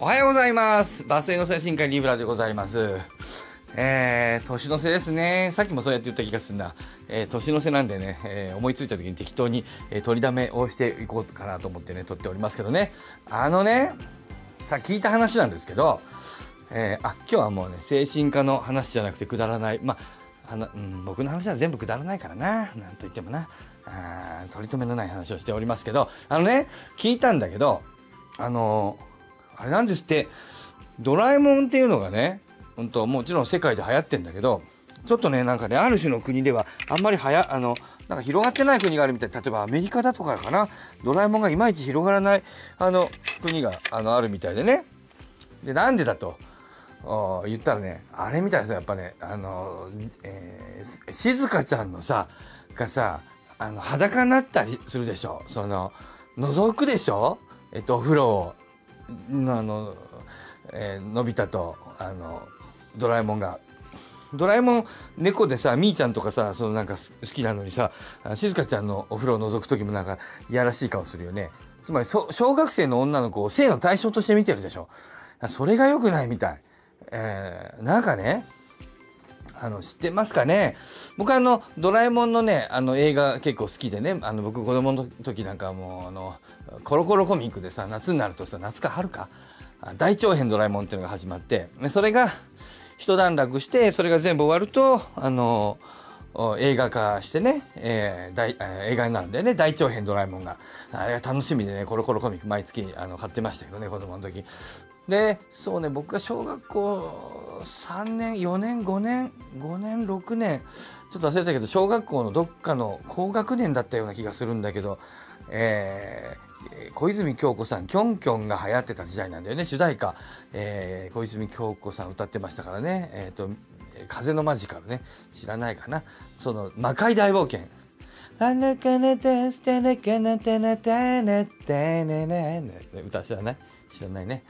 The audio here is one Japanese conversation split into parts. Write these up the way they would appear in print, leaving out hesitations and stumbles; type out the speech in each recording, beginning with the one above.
おはようございます。バスへの精神科リブラでございます。年の瀬ですね。さっきもそうやって言った気がするな。年の瀬なんでね、思いついた時に適当に、取りだめをしていこうかなと思ってね、撮っておりますけどね。さ聞いた話なんですけど、今日はもうね、精神科の話じゃなくてくだらない。僕の話は全部くだらないからな。なんと言ってもな。取り留めのない話をしておりますけど、聞いたんだけど、あれなんですって、ドラえもんっていうのがね、もちろん世界で流行ってんだけど、ちょっとね、ある種の国ではあんまりなんか広がってない国があるみたい。例えばアメリカだとかかな、ドラえもんがいまいち広がらない国があるみたいでね。で、なんでだと言ったらね、あれみたいですよ。やっぱね、静香ちゃんのが裸になったりするでしょ。覗くでしょ。お風呂をのび太とドラえもん猫でみーちゃんとか好きなのに静香ちゃんのお風呂を覗く時もいやらしい顔するよね。つまり小学生の女の子を性の対象として見てるでしょ。それが良くないみたい。知ってますかね。僕ドラえもんのね映画結構好きでね、僕子供の時もうコロコロコミックで夏になると夏か春か大長編ドラえもんっていうのが始まって、それが一段落して、それが全部終わると映画化してね、映画になるんだよね、大長編ドラえもんが。あれが楽しみでね、コロコロコミック毎月買ってましたけどね、子供の時で。そうね、僕が小学校3年4年5年6年ちょっと忘れたけど、小学校のどっかの高学年だったような気がするんだけど、小泉今日子さんキョンキョンが流行ってた時代なんだよね。主題歌、小泉今日子さん歌ってましたからね。風のマジカルね、知らないかな。魔界大冒険、歌知らないね。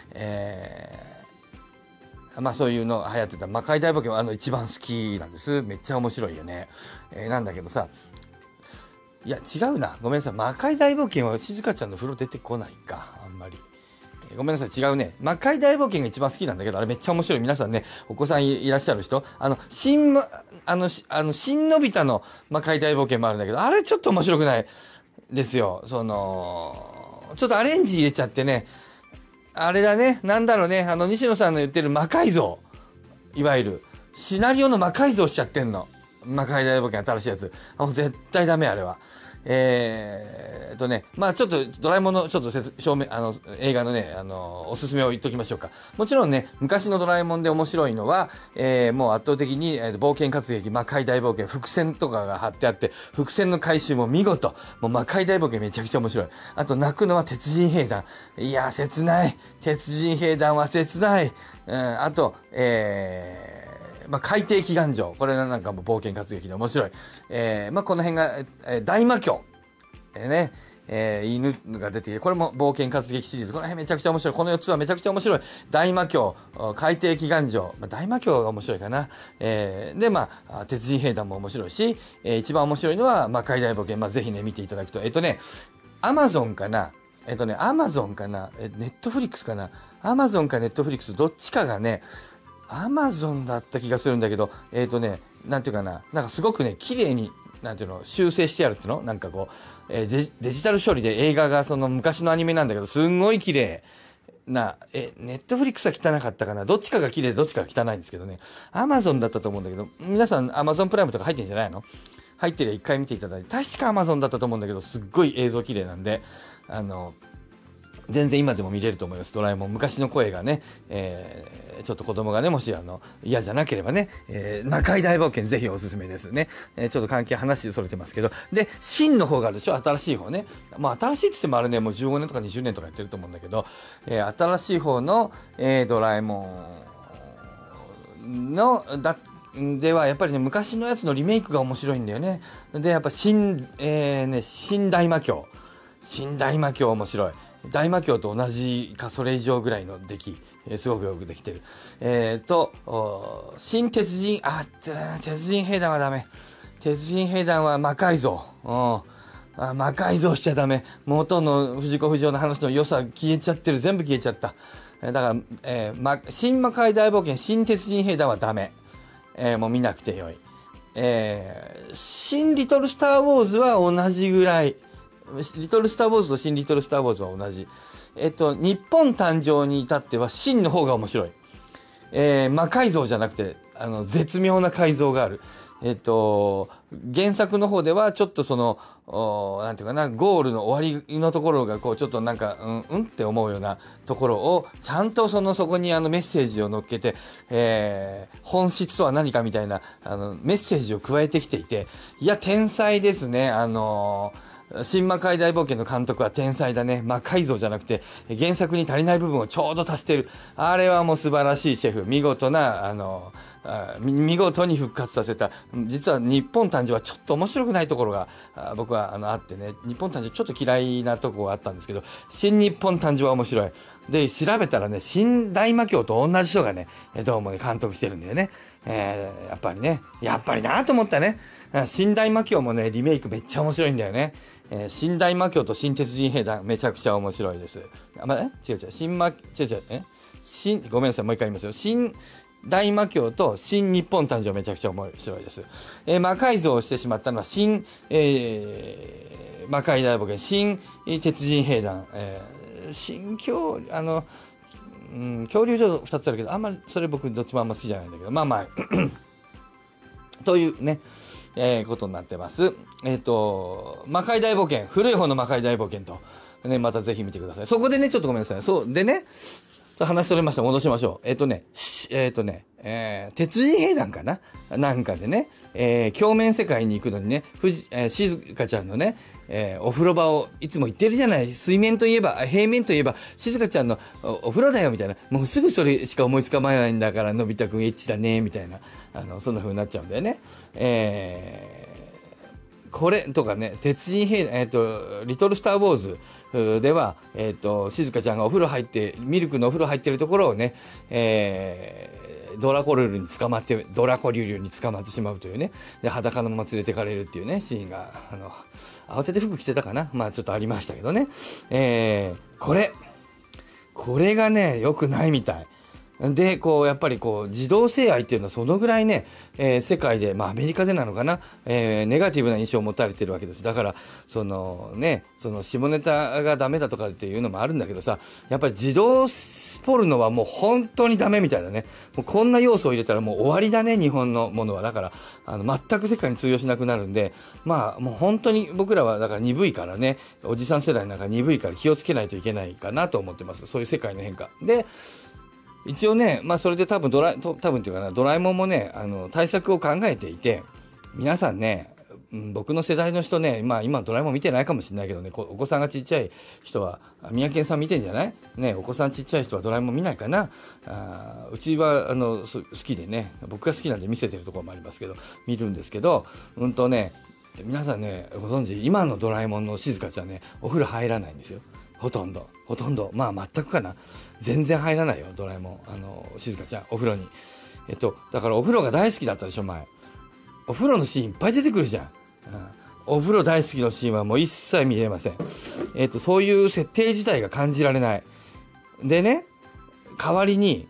そういうの流行ってた魔界大冒険は一番好きなんです。めっちゃ面白いよね。なんだけどいや違うな、ごめんなさい。魔界大冒険は静香ちゃんの風呂出てこないか、あんまり。ごめんなさい、違うね。魔界大冒険が一番好きなんだけど、あれめっちゃ面白い。皆さんね、お子さんいらっしゃる人、新のび太の魔界大冒険もあるんだけど、あれちょっと面白くないですよ。ちょっとアレンジ入れちゃってね、あれだね、なんだろうね、西野さんの言ってる魔改造、いわゆるシナリオの魔改造しちゃってんの。魔界大冒険新しいやつ。もう絶対ダメ、あれは。ちょっとドラえもんのちょっと映画のね、おすすめを言っときましょうか。もちろんね、昔のドラえもんで面白いのは、もう圧倒的に、冒険活劇、魔界大冒険、伏線とかが貼ってあって、伏線の回収も見事。もう魔界大冒険めちゃくちゃ面白い。あと泣くのは鉄人兵団。いや、切ない。鉄人兵団は切ない。あと、海底祈願城、これも冒険活劇で面白い。この辺が、大魔教、犬が出てきて、これも冒険活劇シリーズ、この辺めちゃくちゃ面白い。この4つはめちゃくちゃ面白い。大魔教、海底祈願城、大魔教が面白いかな。鉄人兵団も面白いし、一番面白いのは魔界大冒険。ぜひね見ていただくと、アマゾンかな、アマゾンかな、ネットフリックスかな、アマゾンかネットフリックスどっちかがね、アマゾンだった気がするんだけど、なんていうかな、すごくね綺麗に修正してあるっていうの、デジタル処理で映画が昔のアニメなんだけど、すんごい綺麗な、ネットフリックスは汚かったかな、どっちかが綺麗でどっちかが汚いんですけどね。アマゾンだったと思うんだけど、皆さんアマゾンプライムとか入ってんじゃないの？入ってりゃ一回見ていただいて、確かアマゾンだったと思うんだけど、すっごい映像綺麗なんで、全然今でも見れると思います。ドラえもん昔の声がね、ちょっと子供がね、もし嫌じゃなければね、魔界大冒険ぜひおすすめですね。ちょっと関係話それてますけど、で新の方があるでしょ、新しい方ね。新しいって言ってもあれね、もう15年とか20年とかやってると思うんだけど、新しい方の、ドラえもんのではやっぱりね、昔のやつのリメイクが面白いんだよね。でやっぱ新大魔教面白い。大魔教と同じかそれ以上ぐらいの出来、すごくよくできてる。新鉄人、鉄人兵団はダメ。鉄人兵団は魔改造。魔改造しちゃダメ。元の藤子不二雄の話の良さ消えちゃってる。全部消えちゃった。 だから、新魔界大冒険、新鉄人兵団はダメ。もう見なくてよい。新リトルスターウォーズは同じぐらい。リトルスターウォーズと新リトルスターウォーズは同じ。日本誕生に至っては新の方が面白い。魔改造じゃなくて、絶妙な改造がある。原作の方ではちょっとその、なんていうかな、ゴールの終わりのところがこうちょっとなんか、って思うようなところを、ちゃんとそこにメッセージを乗っけて、本質とは何かみたいな、メッセージを加えてきていて、いや、天才ですね。新魔界大冒険の監督は天才だね。魔改造じゃなくて、原作に足りない部分をちょうど足してる。あれはもう素晴らしいシェフ。見事な、見事に復活させた。実は日本誕生はちょっと面白くないところが僕はあってね、日本誕生ちょっと嫌いなところがあったんですけど、新日本誕生は面白い。で、調べたらね、新大魔教と同じ人がね、どうもね、監督してるんだよね。やっぱりね、やっぱりなと思ったね。新大魔教もね、リメイクめっちゃ面白いんだよね。新大魔教と新鉄人兵団めちゃくちゃ面白いです。違う、ごめんなさい、もう一回言いますよ。新大魔教と新日本誕生めちゃくちゃ面白いです。魔改造をしてしまったのは新、魔界大冒険、新鉄人兵団、新恐竜所2つあるけど、あんまりそれ僕どっちもあんま好きじゃないんだけど、まあというね、ことになってます。魔界大冒険、古い方の魔界大冒険と、ね、またぜひ見てください。そこでね、ちょっとごめんなさい。そう、でね、話それました。戻しましょう。鉄人兵団かななんかでね、鏡面世界に行くのにね、静香ちゃんのね、お風呂場をいつも行ってるじゃない。水面といえば、平面といえば、静香ちゃんのお風呂だよ、みたいな。もうすぐそれしか思いつかまないんだから、のび太くんエッチだね、みたいな。そんな風になっちゃうんだよね。これとかね、鉄人兵、リトルスターウォーズでは、静香ちゃんがお風呂入って、ミルクのお風呂入ってるところをね、ドラコリュウリュウに捕まってしまうというね、で裸のまま連れてかれるっていうね、シーンが、慌てて服着てたかな、まあちょっとありましたけどね。これがね、良くないみたい。で、やっぱり自動性愛っていうのはそのぐらいね、世界で、アメリカでなのかな、ネガティブな印象を持たれてるわけです。だから、その下ネタがダメだとかっていうのもあるんだけどさ、やっぱり自動ポルノはもう本当にダメみたいだね。もうこんな要素を入れたらもう終わりだね、日本のものは。だから、全く世界に通用しなくなるんで、もう本当に僕らはだから鈍いからね、おじさん世代なんか鈍いから気をつけないといけないかなと思ってます。そういう世界の変化。で、一応ね、それで多分っていうかな、ドラえもんもね、対策を考えていて、皆さんね、僕の世代の人ね、今ドラえもん見てないかもしれないけどね、お子さんがちっちゃい人は、三宅さん見てんじゃないね、お子さんちっちゃい人はドラえもん見ないかな。うちは、好きでね、僕が好きなんで見せてるところもありますけど、見るんですけど、皆さんね、ご存知、今のドラえもんの静香ちゃんね、お風呂入らないんですよ。ほとんど。全くかな。全然入らないよ、ドラえもん。静香ちゃん、お風呂に。だからお風呂が大好きだったでしょ、前。お風呂のシーンいっぱい出てくるじゃん。お風呂大好きのシーンはもう一切見れません。そういう設定自体が感じられない。でね、代わりに、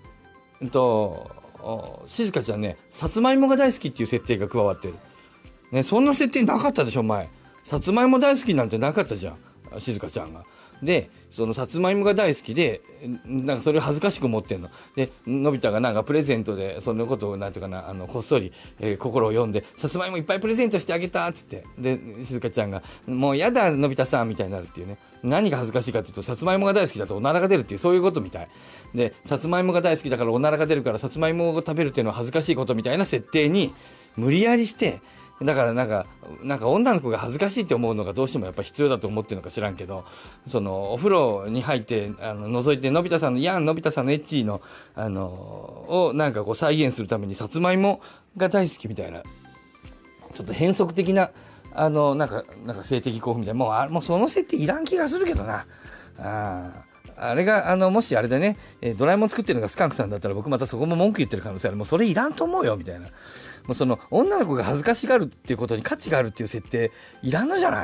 静香ちゃんね、さつまいもが大好きっていう設定が加わってる。ね、そんな設定なかったでしょ、前。さつまいも大好きなんてなかったじゃん、静香ちゃんが。で、そのさつまいもが大好きで、なんかそれを恥ずかしく思ってんの。で、のび太がなんかプレゼントで、そのことをなんていうかな、こっそり、心を読んで、さつまいもいっぱいプレゼントしてあげたっつって。で、静香ちゃんが、もうやだ、のび太さんみたいになるっていうね。何が恥ずかしいかというと、さつまいもが大好きだとおならが出るっていう、そういうことみたい。で、さつまいもが大好きだからおならが出るから、さつまいもを食べるっていうのは恥ずかしいことみたいな設定に、無理やりして、だからなんか女の子が恥ずかしいって思うのがどうしてもやっぱ必要だと思ってるのか知らんけど、お風呂に入って覗いてのび太さんののび太さんのエッチーのをなんか再現するためにさつまいもが大好きみたいな、ちょっと変則的ななんか性的興奮みたいな、もうその設定いらん気がするけどな。あれがもしあれでね、ドラえもん作ってるのがスカンクさんだったら僕またそこも文句言ってる可能性ある。もうそれいらんと思うよみたいな。もうその女の子が恥ずかしがるっていうことに価値があるっていう設定いらんのじゃない。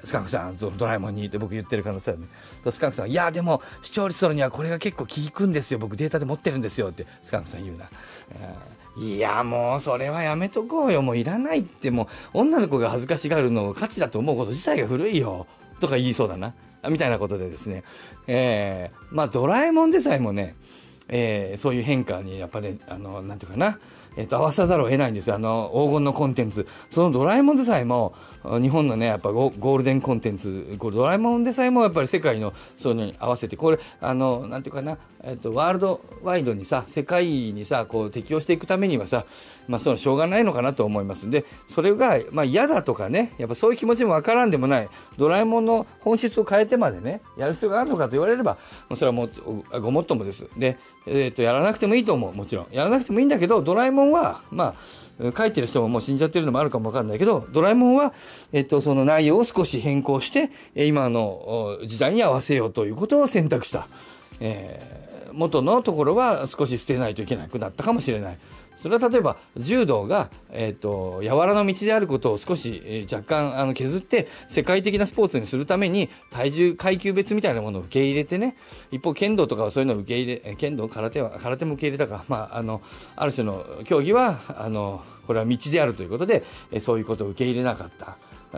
スカンクさんドラえもんにって僕言ってる可能性あるね。とスカンクさんいやでも視聴率取るにはこれが結構効くんですよ、僕データで持ってるんですよってスカンクさん言うな。いやもうそれはやめとこうよ、もういらないって、もう女の子が恥ずかしがるのを価値だと思うこと自体が古いよとか言いそうだなみたいなことでですね、まあドラえもんでさえもね、そういう変化にやっぱねなんていうかな、合わさざるを得ないんですよ、黄金のコンテンツ。そのドラえもんでさえも日本のねやっぱゴールデンコンテンツ、これドラえもんでさえもやっぱり世界のそういうのに合わせて、これなんていうかな、ワールドワイドにさ、世界にさこう適応していくためにはさ、まあそのしょうがないのかなと思いますんで、それがまあ嫌だとかね、やっぱそういう気持ちもわからんでもない。ドラえもんの本質を変えてまでねやる必要があるのかと言われれば、それはもうごもっともです。で、やらなくてもいいと思う。もちろんやらなくてもいいんだけど、ドラえもんはまあ書いてる人ももう死んじゃってるのもあるかもわかんないけど、ドラえもんはその内容を少し変更して今の時代に合わせようということを選択した。元のところは少し捨てないといけなくなったかもしれない。それは例えば柔道が、柔らの道であることを少し、若干削って世界的なスポーツにするために体重階級別みたいなものを受け入れてね、一方剣道とかはそういうのを受け入れ、剣道空手も受け入れたか、まあある種の競技はこれは道であるということで、そういうことを受け入れなかった。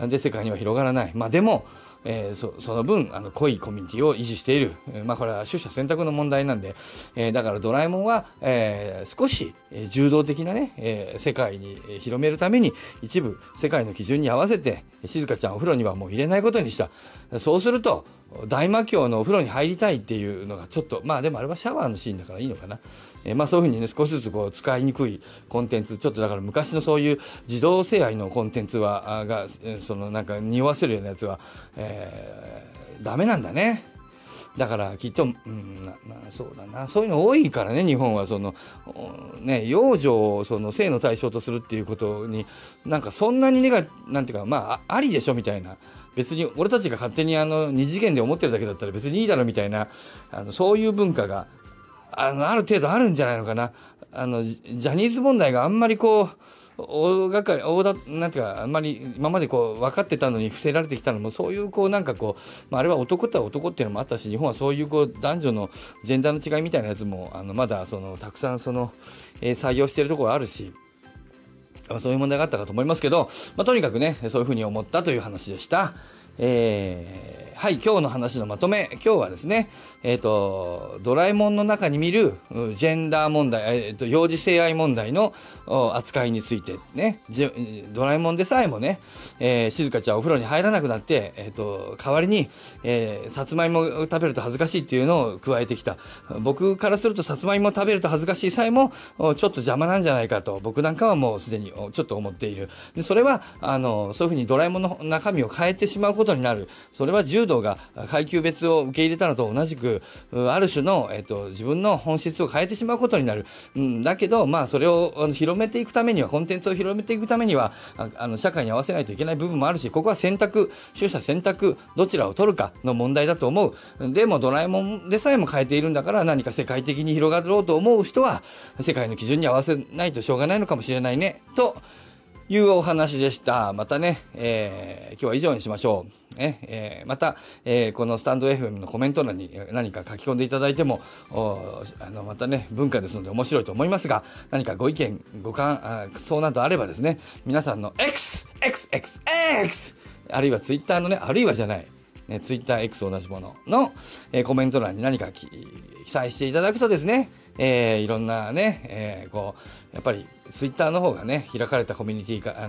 で世界には広がらない。まあでもその分濃いコミュニティを維持している、まあこれは取捨選択の問題なんで、だからドラえもんは、少し柔道的なね、世界に広めるために一部世界の基準に合わせて静香ちゃんお風呂にはもう入れないことにした。そうすると大魔教のお風呂に入りたいっていうのがちょっと、まあでもあれはシャワーのシーンだからいいのかな。まあそういうふうにね少しずつこう使いにくいコンテンツ、ちょっとだから昔のそういう児童性愛のコンテンツがそのなんか匂わせるようなやつは、ダメなんだね。だからきっと、そうだな、そういうの多いからね、日本はそのね幼女をその性の対象とするっていうことになんかそんなになんていうか、まあありでしょみたいな、別に俺たちが勝手に二次元で思ってるだけだったら別にいいだろみたいな、そういう文化がある程度あるんじゃないのかな。ジャニーズ問題があんまりこうなんていうか、あんまり今までこう分かってたのに伏せられてきたのも、そういうこうなんかこう、あれは男とは男っていうのもあったし、日本はそういうこう男女のジェンダーの違いみたいなやつもまだたくさん採用しているところあるし、そういう問題があったかと思いますけど、とにかくねそういうふうに思ったという話でした。はい、今日の話のまとめ。今日はですね、ドラえもんの中に見るジェンダー問題、幼児性愛問題の扱いについてね、ドラえもんでさえもね、静香ちゃんお風呂に入らなくなって、代わりに、さつまいも食べると恥ずかしいっていうのを加えてきた。僕からするとさつまいも食べると恥ずかしいさえもちょっと邪魔なんじゃないかと、僕なんかはもうすでにちょっと思っている。でそれはそういうふうにドラえもんの中身を変えてしまうことになる。それは柔道が階級別を受け入れたのと同じく、ある種の、自分の本質を変えてしまうことになる。だけど、まあそれを広めていくためには、コンテンツを広めていくためには社会に合わせないといけない部分もあるし、ここは取捨選択どちらを取るかの問題だと思う。でもドラえもんでさえも変えているんだから、何か世界的に広がろうと思う人は世界の基準に合わせないとしょうがないのかもしれないねというお話でした。またね、今日は以上にしましょう。また、このスタンド FM のコメント欄に何か書き込んでいただいてもまたね文化ですので面白いと思いますが、何かご意見ご感想などあればですね、皆さんの X あるいは Twitter のね、あるいはじゃないね、Twitter X 同じものの、コメント欄に何か記載していただくとですね、いろんなね、こうやっぱり Twitter の方がね開かれたコミュニティか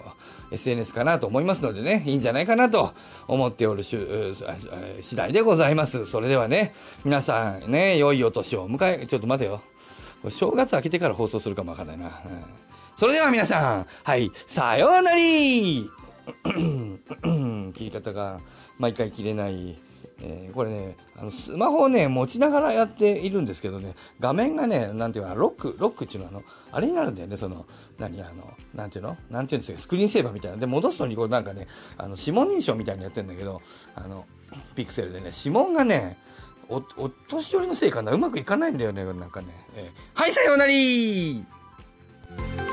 SNS かなと思いますのでね、いいんじゃないかなと思っておる次第でございます。それではね、皆さんね、良いお年を迎え、ちょっと待てよ、正月明けてから放送するかもわかんないな、それでは皆さん、はい、さようなり切り方が毎回切れない。これねスマホをね持ちながらやっているんですけどね、画面がねなんていうのロックっていうのはあれになるんだよね。なんていうんですか、スクリーンセーバーみたいなで戻すのにこうなんかね指紋認証みたいにやってるんだけど、ピクセルでね指紋がねお年寄りのせいかな、うまくいかないんだよねなんかね、はい、さようなり。